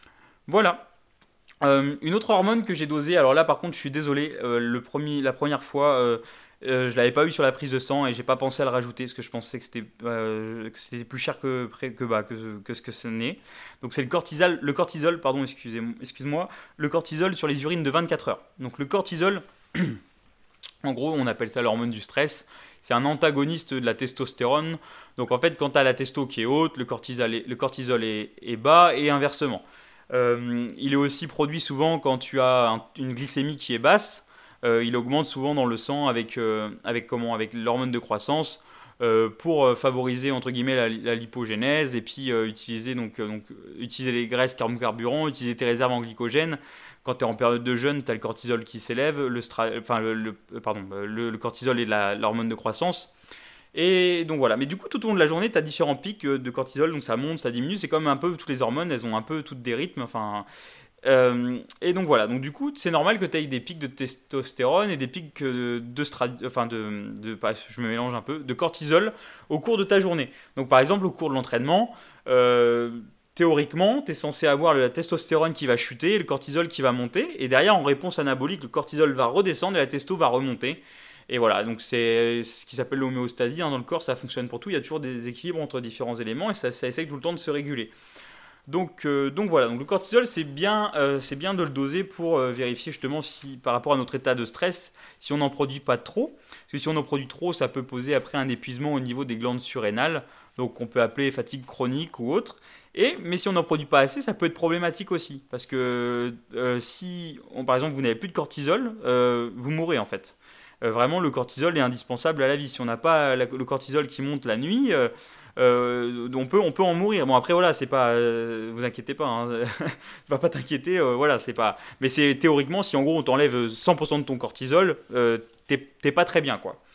Voilà. Euh, une autre hormone que j'ai dosée, alors là par contre je suis désolé, euh, le premier, la première fois, euh, Euh, je l'avais pas eu sur la prise de sang et j'ai pas pensé à le rajouter parce que je pensais que c'était euh, que c'était plus cher que que bah que, que ce que ce n'est. Donc c'est le cortisol, le cortisol pardon, excusez excuse-moi, le cortisol sur les urines de vingt-quatre heures. Donc le cortisol, en gros, on appelle ça l'hormone du stress. C'est un antagoniste de la testostérone. Donc en fait, quand tu as la testo qui est haute, le cortisol est, le cortisol est, est bas et inversement. Euh, il est aussi produit souvent quand tu as un, une glycémie qui est basse. Euh, il augmente souvent dans le sang avec, euh, avec, comment, avec l'hormone de croissance euh, pour euh, favoriser entre guillemets la, la lipogénèse et puis euh, utiliser, donc, euh, donc, utiliser les graisses comme carburant, utiliser tes réserves en glycogène. Quand tu es en période de jeûne, tu as le cortisol qui s'élève, le, stra- enfin, le, le, pardon, le, le cortisol est la, l'hormone de croissance. Et donc voilà, mais du coup tout au long de la journée, tu as différents pics de cortisol, donc ça monte, ça diminue, c'est comme un peu toutes les hormones, elles ont un peu toutes des rythmes, enfin... Euh, et donc voilà, donc du coup c'est normal que tu aies des pics de testostérone et des pics de, de, stra- enfin de, de, de, je me mélange un peu, de cortisol au cours de ta journée. Donc par exemple au cours de l'entraînement, euh, théoriquement tu es censé avoir la testostérone qui va chuter et le cortisol qui va monter, et derrière en réponse anabolique, le cortisol va redescendre et la testo va remonter. Et voilà, donc c'est ce qui s'appelle l'homéostasie, hein, dans le corps ça fonctionne pour tout, il y a toujours des équilibres entre différents éléments et ça, ça essaye tout le temps de se réguler. Donc, euh, donc voilà, donc le cortisol, c'est bien, euh, c'est bien de le doser pour euh, vérifier justement si, par rapport à notre état de stress, si on n'en produit pas trop. Parce que si on en produit trop, ça peut poser après un épuisement au niveau des glandes surrénales, donc on peut appeler fatigue chronique ou autre. Et, mais si on n'en produit pas assez, ça peut être problématique aussi. Parce que euh, si, on, par exemple, vous n'avez plus de cortisol, euh, vous mourrez en fait. Euh, vraiment, le cortisol est indispensable à la vie. Si on n'a pas la, le cortisol qui monte la nuit... Euh, Euh, on, peut, on peut en mourir. Bon, après, voilà, c'est pas. Euh, vous inquiétez pas, hein, va pas t'inquiéter, euh, voilà, c'est pas. Mais c'est théoriquement, si en gros on t'enlève cent pour cent de ton cortisol, euh, t'es, t'es pas très bien, quoi.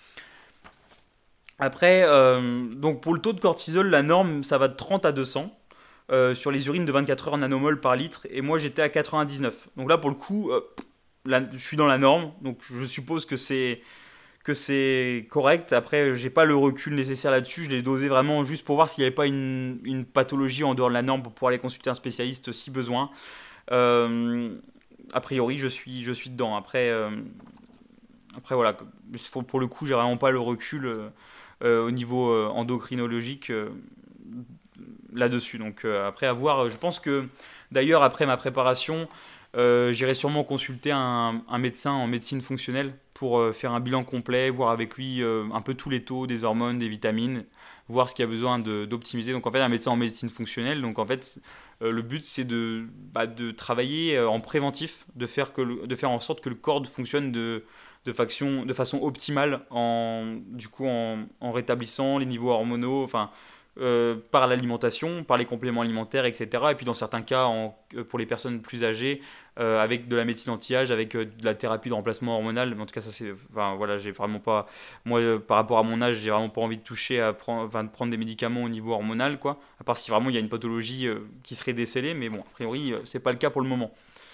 Après, euh, donc pour le taux de cortisol, la norme, ça va de trente à deux cents euh, sur les urines de vingt-quatre heures nanomol par litre, et moi j'étais à quatre-vingt-dix-neuf. Donc là, pour le coup, euh, là, je suis dans la norme, donc je suppose que c'est que c'est correct. Après, j'ai pas le recul nécessaire là-dessus. Je l'ai dosé vraiment juste pour voir s'il n'y avait pas une, une pathologie en dehors de la norme pour pouvoir aller consulter un spécialiste si besoin. Euh, a priori, je suis, je suis dedans. Après, euh, après voilà, pour le coup, j'ai vraiment pas le recul euh, euh, au niveau euh, endocrinologique euh, là-dessus. Donc euh, après avoir, je pense que d'ailleurs après ma préparation, euh, j'irai sûrement consulter un, un médecin en médecine fonctionnelle pour euh, faire un bilan complet, voir avec lui euh, un peu tous les taux des hormones, des vitamines, voir ce qu'il y a besoin de, d'optimiser. Donc en fait un médecin en médecine fonctionnelle, donc en fait euh, le but c'est de, bah, de travailler euh, en préventif, de faire, que le, de faire en sorte que le corps fonctionne de, de, faction, de façon optimale en, du coup, en, en rétablissant les niveaux hormonaux, enfin euh, par l'alimentation, par les compléments alimentaires, et cetera. Et puis dans certains cas, en, pour les personnes plus âgées, euh, avec de la médecine anti-âge, avec euh, de la thérapie de remplacement hormonal. Mais en tout cas, ça c'est, enfin voilà, j'ai vraiment pas, moi euh, par rapport à mon âge, j'ai vraiment pas envie de toucher à prendre, enfin, de prendre des médicaments au niveau hormonal, quoi. À part si vraiment il y a une pathologie euh, qui serait décelée, mais bon, a priori, euh, c'est pas le cas pour le moment.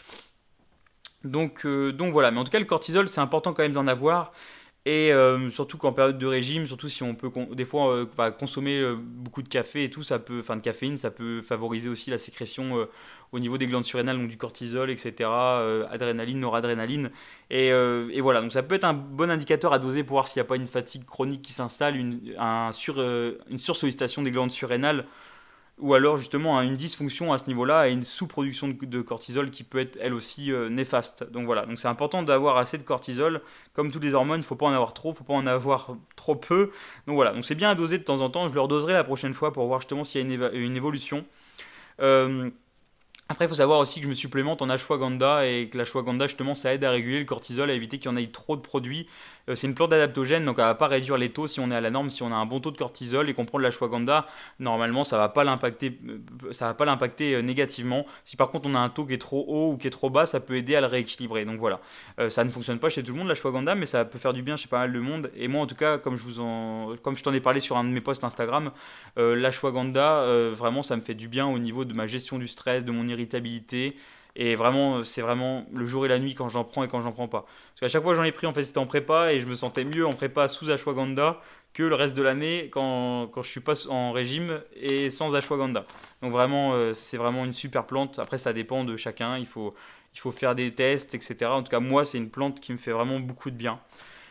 Donc, euh, donc voilà, mais en tout cas le cortisol c'est important quand même d'en avoir. Et euh, surtout qu'en période de régime, surtout si on peut con- des fois euh, bah, consommer euh, beaucoup de café et tout, ça peut, enfin de caféine, ça peut favoriser aussi la sécrétion euh, au niveau des glandes surrénales, donc du cortisol, et cetera. Euh, adrénaline, noradrénaline. Et, euh, et voilà, donc ça peut être un bon indicateur à doser pour voir s'il n'y a pas une fatigue chronique qui s'installe, une, un sur, euh, une sursollicitation des glandes surrénales ou alors justement à une dysfonction à ce niveau-là et une sous-production de, de cortisol qui peut être elle aussi euh, néfaste. Donc voilà, donc c'est important d'avoir assez de cortisol. Comme toutes les hormones, il ne faut pas en avoir trop, il ne faut pas en avoir trop peu. Donc voilà, donc c'est bien à doser de temps en temps. Je le redoserai la prochaine fois pour voir justement s'il y a une, éva- une évolution. Euh, Après, il faut savoir aussi que je me supplémente en ashwagandha et que l'ashwagandha, justement, ça aide à réguler le cortisol, à éviter qu'il y en ait trop de produits. Euh, c'est une plante adaptogène, donc elle ne va pas réduire les taux si on est à la norme, si on a un bon taux de cortisol et qu'on prend de l'ashwagandha. Normalement, ça ne va pas l'impacter, euh, ça va pas l'impacter euh, négativement. Si par contre on a un taux qui est trop haut ou qui est trop bas, ça peut aider à le rééquilibrer. Donc voilà, Euh, ça ne fonctionne pas chez tout le monde l'ashwagandha, mais ça peut faire du bien chez pas mal de monde. Et moi, en tout cas, comme je vous en, comme je t'en ai parlé sur un de mes posts Instagram, euh, l'ashwagandha, euh, vraiment, ça me fait du bien au niveau de ma gestion du stress, de mon irritabilité. Et vraiment, c'est vraiment le jour et la nuit quand j'en prends et quand j'en prends pas. Parce qu'à chaque fois j'en ai pris, en fait, c'était en prépa et je me sentais mieux en prépa sous ashwagandha que le reste de l'année quand, quand je suis pas en régime et sans ashwagandha. Donc vraiment, euh, c'est vraiment une super plante. Après, ça dépend de chacun. Il faut, il faut faire des tests, et cetera. En tout cas, moi, c'est une plante qui me fait vraiment beaucoup de bien.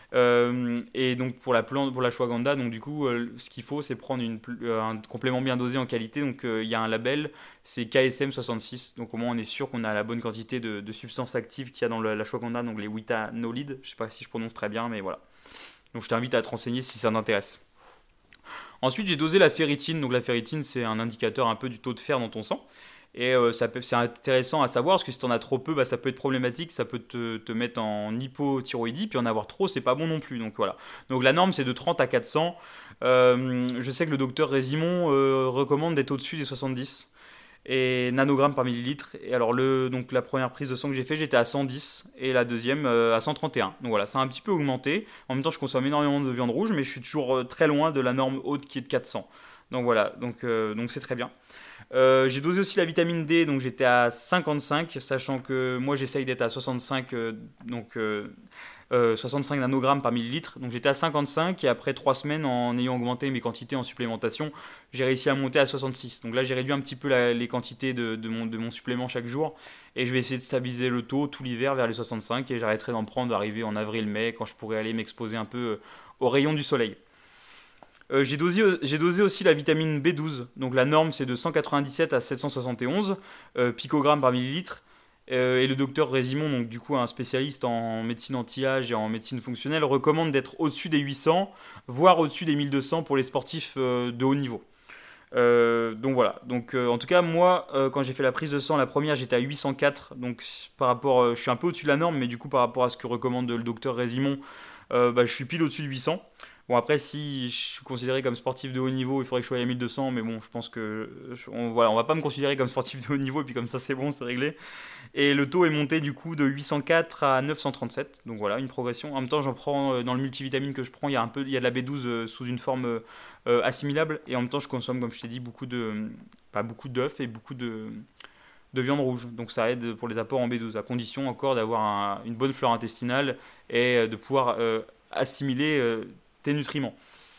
Euh, et donc pour la plante, pour l'ashwagandha, donc du coup, euh, ce qu'il faut, c'est prendre une, euh, un complément bien dosé en qualité. Donc euh, il y a un label, c'est K S M soixante-six. Donc au moins on est sûr qu'on a la bonne quantité de, de substances actives qu'il y a dans le- l'ashwagandha, donc les withanolides. Je sais pas si je prononce très bien, mais voilà. Donc je t'invite à te renseigner si ça t'intéresse. Ensuite, j'ai dosé la ferritine. Donc la ferritine, c'est un indicateur un peu du taux de fer dans ton sang. Et euh, ça peut- c'est intéressant à savoir parce que si tu en as trop peu, bah, ça peut être problématique, ça peut te, te mettre en hypothyroïdie, puis en avoir trop, c'est pas bon non plus. Donc voilà. Donc la norme, c'est de trente à quatre cents. Euh, je sais que le docteur Résimon euh, recommande d'être au-dessus des soixante-dix et nanogrammes par millilitre. Et alors le, donc la première prise de sang que j'ai fait, j'étais à cent dix et la deuxième euh, à cent trente et un. Donc voilà, ça a un petit peu augmenté. En même temps, je consomme énormément de viande rouge, mais je suis toujours euh, très loin de la norme haute qui est de quatre cents. Donc voilà, donc euh, donc c'est très bien. Euh, j'ai dosé aussi la vitamine D, donc j'étais à cinquante-cinq, sachant que moi j'essaye d'être à soixante-cinq, euh, donc euh, euh, soixante-cinq nanogrammes par millilitre. Donc j'étais à cinquante-cinq et après trois semaines, en ayant augmenté mes quantités en supplémentation, j'ai réussi à monter à soixante-six. Donc là j'ai réduit un petit peu la- les quantités de, de mon, de mon supplément chaque jour et je vais essayer de stabiliser le taux tout l'hiver vers les soixante-cinq et j'arrêterai d'en prendre arrivé en avril-mai quand je pourrai aller m'exposer un peu euh, aux rayons du soleil. Euh, j'ai dosé, j'ai dosé aussi la vitamine B douze. Donc la norme c'est de cent quatre-vingt-dix-sept à sept cent soixante et onze euh, picogrammes par millilitre. Euh, et le docteur Résimon, donc du coup un spécialiste en médecine anti-âge et en médecine fonctionnelle, recommande d'être au-dessus des huit cents, voire au-dessus des mille deux cents pour les sportifs euh, de haut niveau. Euh, donc voilà. Donc euh, en tout cas moi, euh, quand j'ai fait la prise de sang, la première j'étais à huit cent quatre. Donc par rapport, euh, je suis un peu au-dessus de la norme, mais du coup par rapport à ce que recommande le docteur Résimon, euh, bah, je suis pile au-dessus de huit cents. Bon, après, si je suis considéré comme sportif de haut niveau, il faudrait que je sois à mille deux cents, mais bon, je pense que. je- on, voilà, on va pas me considérer comme sportif de haut niveau, et puis comme ça, c'est bon, c'est réglé. Et le taux est monté du coup de huit cent quatre à neuf cent trente-sept, donc voilà, une progression. En même temps, j'en prends euh, dans le multivitamine que je prends, il y a, un peu, il y a de la B douze euh, sous une forme euh, euh, assimilable, et en même temps, je consomme, comme je t'ai dit, beaucoup de. Pas beaucoup d'œufs et beaucoup de, de viande rouge. Donc ça aide pour les apports en B douze, à condition encore d'avoir un- une bonne flore intestinale et euh, de pouvoir euh, assimiler euh, tes nutriments.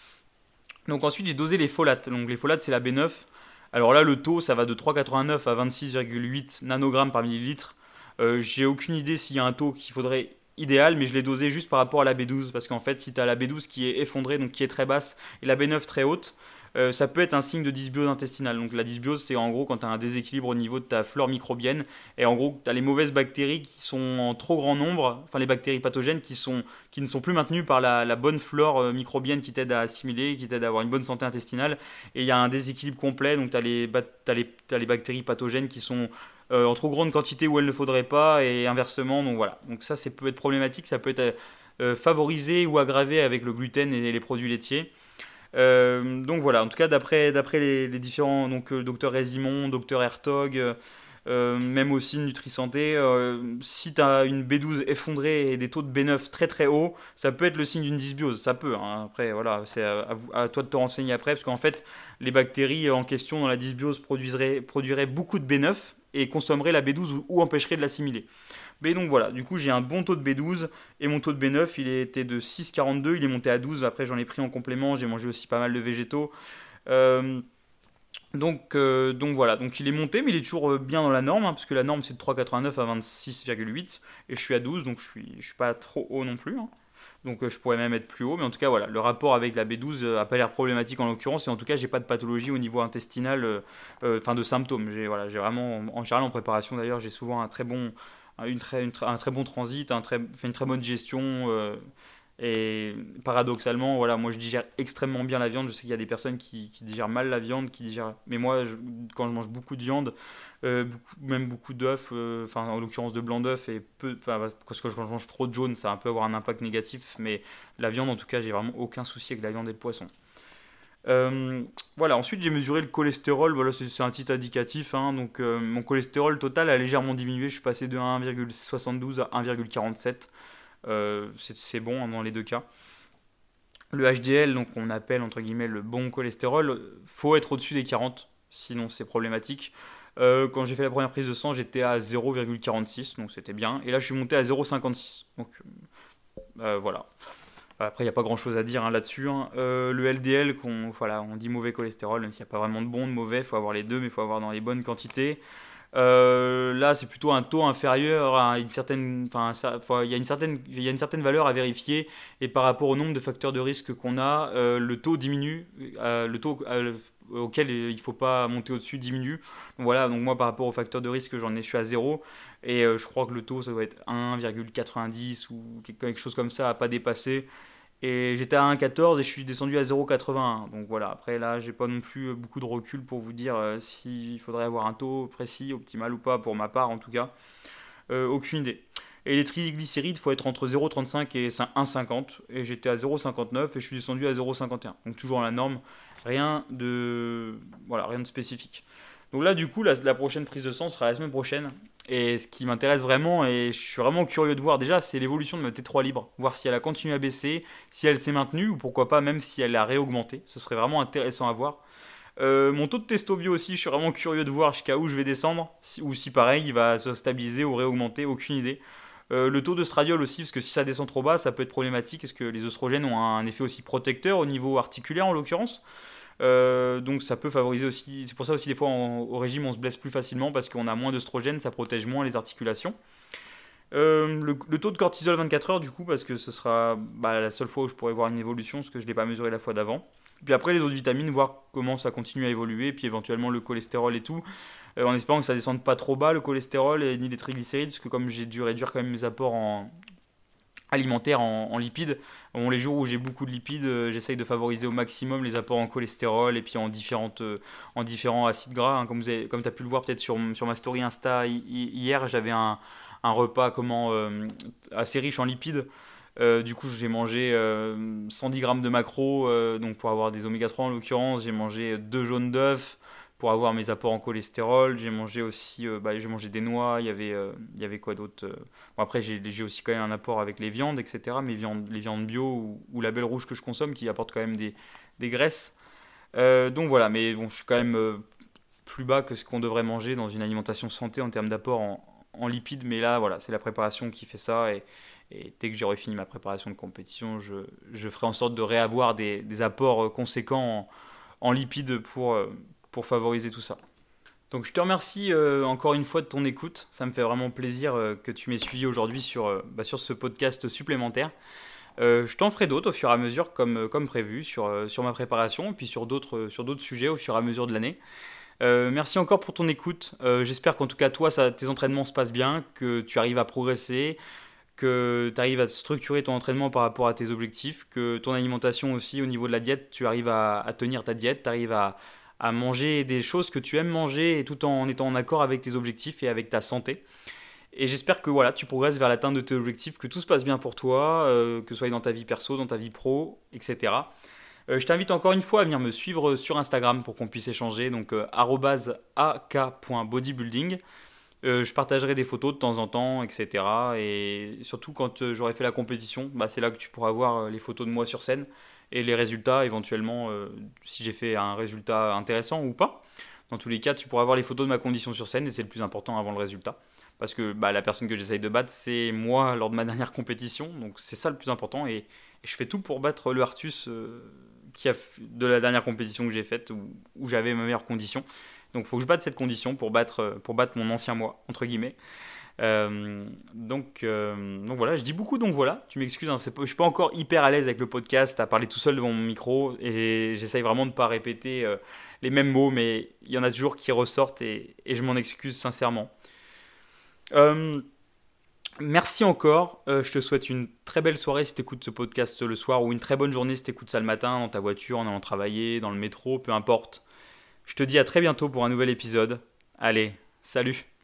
Donc ensuite, j'ai dosé les folates. Donc les folates, c'est la B neuf. Alors là, le taux, ça va de trois virgule quatre-vingt-neuf à vingt-six virgule huit nanogrammes par millilitre. Euh, j'ai aucune idée s'il y a un taux qu'il faudrait idéal, mais je l'ai dosé juste par rapport à la B douze. Parce qu'en fait, si tu as la B douze qui est effondrée, donc qui est très basse, et la B neuf très haute, euh, ça peut être un signe de dysbiose intestinale. Donc la dysbiose, c'est en gros quand tu as un déséquilibre au niveau de ta flore microbienne. Et en gros, tu as les mauvaises bactéries qui sont en trop grand nombre, enfin les bactéries pathogènes qui, sont, qui ne sont plus maintenues par la, la bonne flore euh, microbienne qui t'aide à assimiler, qui t'aide à avoir une bonne santé intestinale. Et il y a un déséquilibre complet, donc tu as les, t'as les, t'as les bactéries pathogènes qui sont euh, en trop grande quantité où elles ne faudrait pas, et inversement. Donc voilà. Donc ça, ça peut être problématique, ça peut être euh, favorisé ou aggravé avec le gluten et les produits laitiers. Euh, donc voilà, en tout cas d'après d'après les, les différents, donc euh, docteur Résimon, docteur Hertog, euh, euh, même aussi NutriSanté, euh, si tu as une B douze effondrée et des taux de B neuf très très hauts, ça peut être le signe d'une dysbiose, ça peut, hein. Après voilà, c'est à, à vous- à toi de te renseigner après, parce qu'en fait les bactéries en question dans la dysbiose produiraient, produiraient beaucoup de B neuf et consommeraient la B douze ou, ou empêcheraient de l'assimiler. Mais donc voilà, du coup j'ai un bon taux de B douze et mon taux de B neuf il était de six virgule quarante-deux, il est monté à douze, après j'en ai pris en complément, j'ai mangé aussi pas mal de végétaux. Euh, donc, euh, donc voilà, donc il est monté mais il est toujours euh, bien dans la norme, hein, parce que la norme c'est de trois virgule quatre-vingt-neuf à vingt-six virgule huit et je suis à douze, donc je suis, je suis pas trop haut non plus, hein. Donc euh, je pourrais même être plus haut, mais en tout cas voilà, le rapport avec la B douze euh, a pas l'air problématique en l'occurrence, et en tout cas j'ai pas de pathologie au niveau intestinal, euh, euh, enfin de symptômes. J'ai voilà, j'ai vraiment, en général en préparation d'ailleurs, j'ai souvent un très bon, une très, une très- un très bon transit, un très, fait une très bonne gestion. euh, et paradoxalement, voilà, moi je digère extrêmement bien la viande. Je sais qu'il y a des personnes qui, qui digèrent mal la viande, qui digèrent. Mais moi, je- quand je mange beaucoup de viande, euh, beaucoup- même beaucoup d'œufs, euh, enfin en l'occurrence de blanc d'œufs, et peu, enfin, parce que quand je mange trop de jaune, ça va un peu avoir un impact négatif. Mais la viande, en tout cas, j'ai vraiment aucun souci avec la viande et le poisson. Euh, voilà, ensuite j'ai mesuré le cholestérol, voilà, c'est c'est un petit indicatif, hein. Donc euh, mon cholestérol total a légèrement diminué, je suis passé de un virgule soixante-douze à un virgule quarante-sept. Euh, c'est c'est bon, hein, dans les deux cas. Le H D L, donc on appelle entre guillemets le bon cholestérol, faut être au-dessus des quarante, sinon c'est problématique. Euh, quand j'ai fait la première prise de sang, j'étais à zéro virgule quarante-six, donc c'était bien. Et là, je suis monté à zéro virgule cinquante-six. Donc euh, voilà. Après, il n'y a pas grand-chose à dire, hein, là-dessus, hein. Euh, le L D L, qu'on, voilà, on dit mauvais cholestérol, même s'il n'y a pas vraiment de bon, de mauvais, il faut avoir les deux, mais il faut avoir dans les bonnes quantités. Euh, là, c'est plutôt un taux inférieur à une certaine, enfin, ça, enfin, il y a une certaine, il y a une certaine valeur à vérifier. Et par rapport au nombre de facteurs de risque qu'on a, euh, le taux diminue, euh, le taux euh, auquel il ne faut pas monter au-dessus diminue. Donc voilà, donc moi par rapport aux facteurs de risque, j'en ai, je suis à zéro. Et euh, je crois que le taux, ça doit être un virgule quatre-vingt-dix ou quelque chose comme ça, à pas dépasser. Et j'étais à un virgule quatorze et je suis descendu à zéro virgule quatre-vingt-un. Donc voilà, après là, j'ai pas non plus beaucoup de recul pour vous dire euh, s'il faudrait avoir un taux précis, optimal ou pas, pour ma part en tout cas. Euh, aucune idée. Et les triglycérides, il faut être entre zéro virgule trente-cinq et un virgule cinquante. Et j'étais à zéro virgule cinquante-neuf et je suis descendu à zéro virgule cinquante et un. Donc toujours la norme, rien de, voilà, rien de spécifique. Donc là, du coup, la, la prochaine prise de sang sera la semaine prochaine. Et ce qui m'intéresse vraiment, et je suis vraiment curieux de voir déjà, c'est l'évolution de ma T trois libre. Voir si elle a continué à baisser, si elle s'est maintenue, ou pourquoi pas même si elle a réaugmenté. Ce serait vraiment intéressant à voir. Euh, mon taux de testo bio aussi, je suis vraiment curieux de voir jusqu'à où je vais descendre, si, ou si pareil, il va se stabiliser ou réaugmenter, aucune idée. Euh, le taux d'œstradiol aussi, parce que si ça descend trop bas, ça peut être problématique, parce que les œstrogènes ont un effet aussi protecteur au niveau articulaire en l'occurrence. Euh, donc ça peut favoriser aussi, c'est pour ça aussi des fois en, au régime on se blesse plus facilement parce qu'on a moins d'œstrogènes, ça protège moins les articulations. Euh, le, le taux de cortisol vingt-quatre heures du coup parce que ce sera bah, la seule fois où je pourrais voir une évolution parce que je ne l'ai pas mesuré la fois d'avant. Puis après les autres vitamines, voir comment ça continue à évoluer, puis éventuellement le cholestérol et tout, euh, en espérant que ça descende pas trop bas le cholestérol et ni les triglycérides parce que comme j'ai dû réduire quand même mes apports en, alimentaire en, en lipides. Bon, les jours où j'ai beaucoup de lipides, euh, j'essaye de favoriser au maximum les apports en cholestérol et puis en, différentes, euh, en différents acides gras. Hein. Comme, comme tu as pu le voir peut-être sur, sur ma story Insta hi, hier, j'avais un, un repas comment, euh, assez riche en lipides. Euh, du coup, j'ai mangé euh, cent dix grammes de maquereau, euh, donc pour avoir des oméga trois en l'occurrence. J'ai mangé deux jaunes d'œufs pour avoir mes apports en cholestérol. J'ai mangé aussi euh, bah, j'ai mangé des noix. Il y avait, euh, il y avait quoi d'autre euh... bon, après, j'ai, j'ai aussi quand même un apport avec les viandes, et cetera. Mes viandes, les viandes bio ou, ou label rouge que je consomme qui apportent quand même des, des graisses. Euh, donc voilà, mais bon, je suis quand même euh, plus bas que ce qu'on devrait manger dans une alimentation santé en termes d'apport en, en lipides. Mais là, voilà, c'est la préparation qui fait ça. Et, et dès que j'aurai fini ma préparation de compétition, je, je ferai en sorte de réavoir des, des apports conséquents en, en lipides pour, pour favoriser tout ça. Donc je te remercie euh, encore une fois de ton écoute. Ça me fait vraiment plaisir euh, que tu m'aies suivi aujourd'hui sur, euh, bah, sur ce podcast supplémentaire. Euh, je t'en ferai d'autres au fur et à mesure comme, comme prévu sur, euh, sur ma préparation et puis sur d'autres, sur d'autres sujets au fur et à mesure de l'année. Euh, merci encore pour ton écoute. Euh, j'espère qu'en tout cas toi, ça, tes entraînements se passent bien, que tu arrives à progresser, que tu arrives à structurer ton entraînement par rapport à tes objectifs, que ton alimentation aussi au niveau de la diète, tu arrives à, à tenir ta diète, tu arrives à, à manger des choses que tu aimes manger et tout en étant en accord avec tes objectifs et avec ta santé. Et j'espère que voilà, tu progresses vers l'atteinte de tes objectifs, que tout se passe bien pour toi, euh, que ce soit dans ta vie perso, dans ta vie pro, et cetera. Euh, je t'invite encore une fois à venir me suivre sur Instagram pour qu'on puisse échanger, donc euh, arobase a k point bodybuilding. Euh, je partagerai des photos de temps en temps, et cetera. Et surtout quand euh, j'aurai fait la compétition, bah, c'est là que tu pourras voir euh, les photos de moi sur scène et les résultats éventuellement, euh, si j'ai fait un résultat intéressant ou pas. Dans tous les cas, tu pourras voir les photos de ma condition sur scène et c'est le plus important avant le résultat. Parce que bah, la personne que j'essaye de battre, c'est moi lors de ma dernière compétition. Donc c'est ça le plus important. Et, et je fais tout pour battre le Artus euh, qui a f... de la dernière compétition que j'ai faite où, où j'avais ma meilleure condition. Donc il faut que je batte cette condition pour battre, pour battre mon ancien moi, entre guillemets. Euh, donc, euh, donc voilà, je dis beaucoup donc voilà, tu m'excuses, hein, c'est pas, je suis pas encore hyper à l'aise avec le podcast, à parler tout seul devant mon micro et j'essaye vraiment de ne pas répéter euh, les mêmes mots, mais il y en a toujours qui ressortent et, et je m'en excuse sincèrement. Euh, merci encore, euh, je te souhaite une très belle soirée si tu écoutes ce podcast le soir ou une très bonne journée si tu écoutes ça le matin dans ta voiture, en allant travailler, dans le métro, peu importe. Je te dis à très bientôt pour un nouvel épisode. Allez, salut!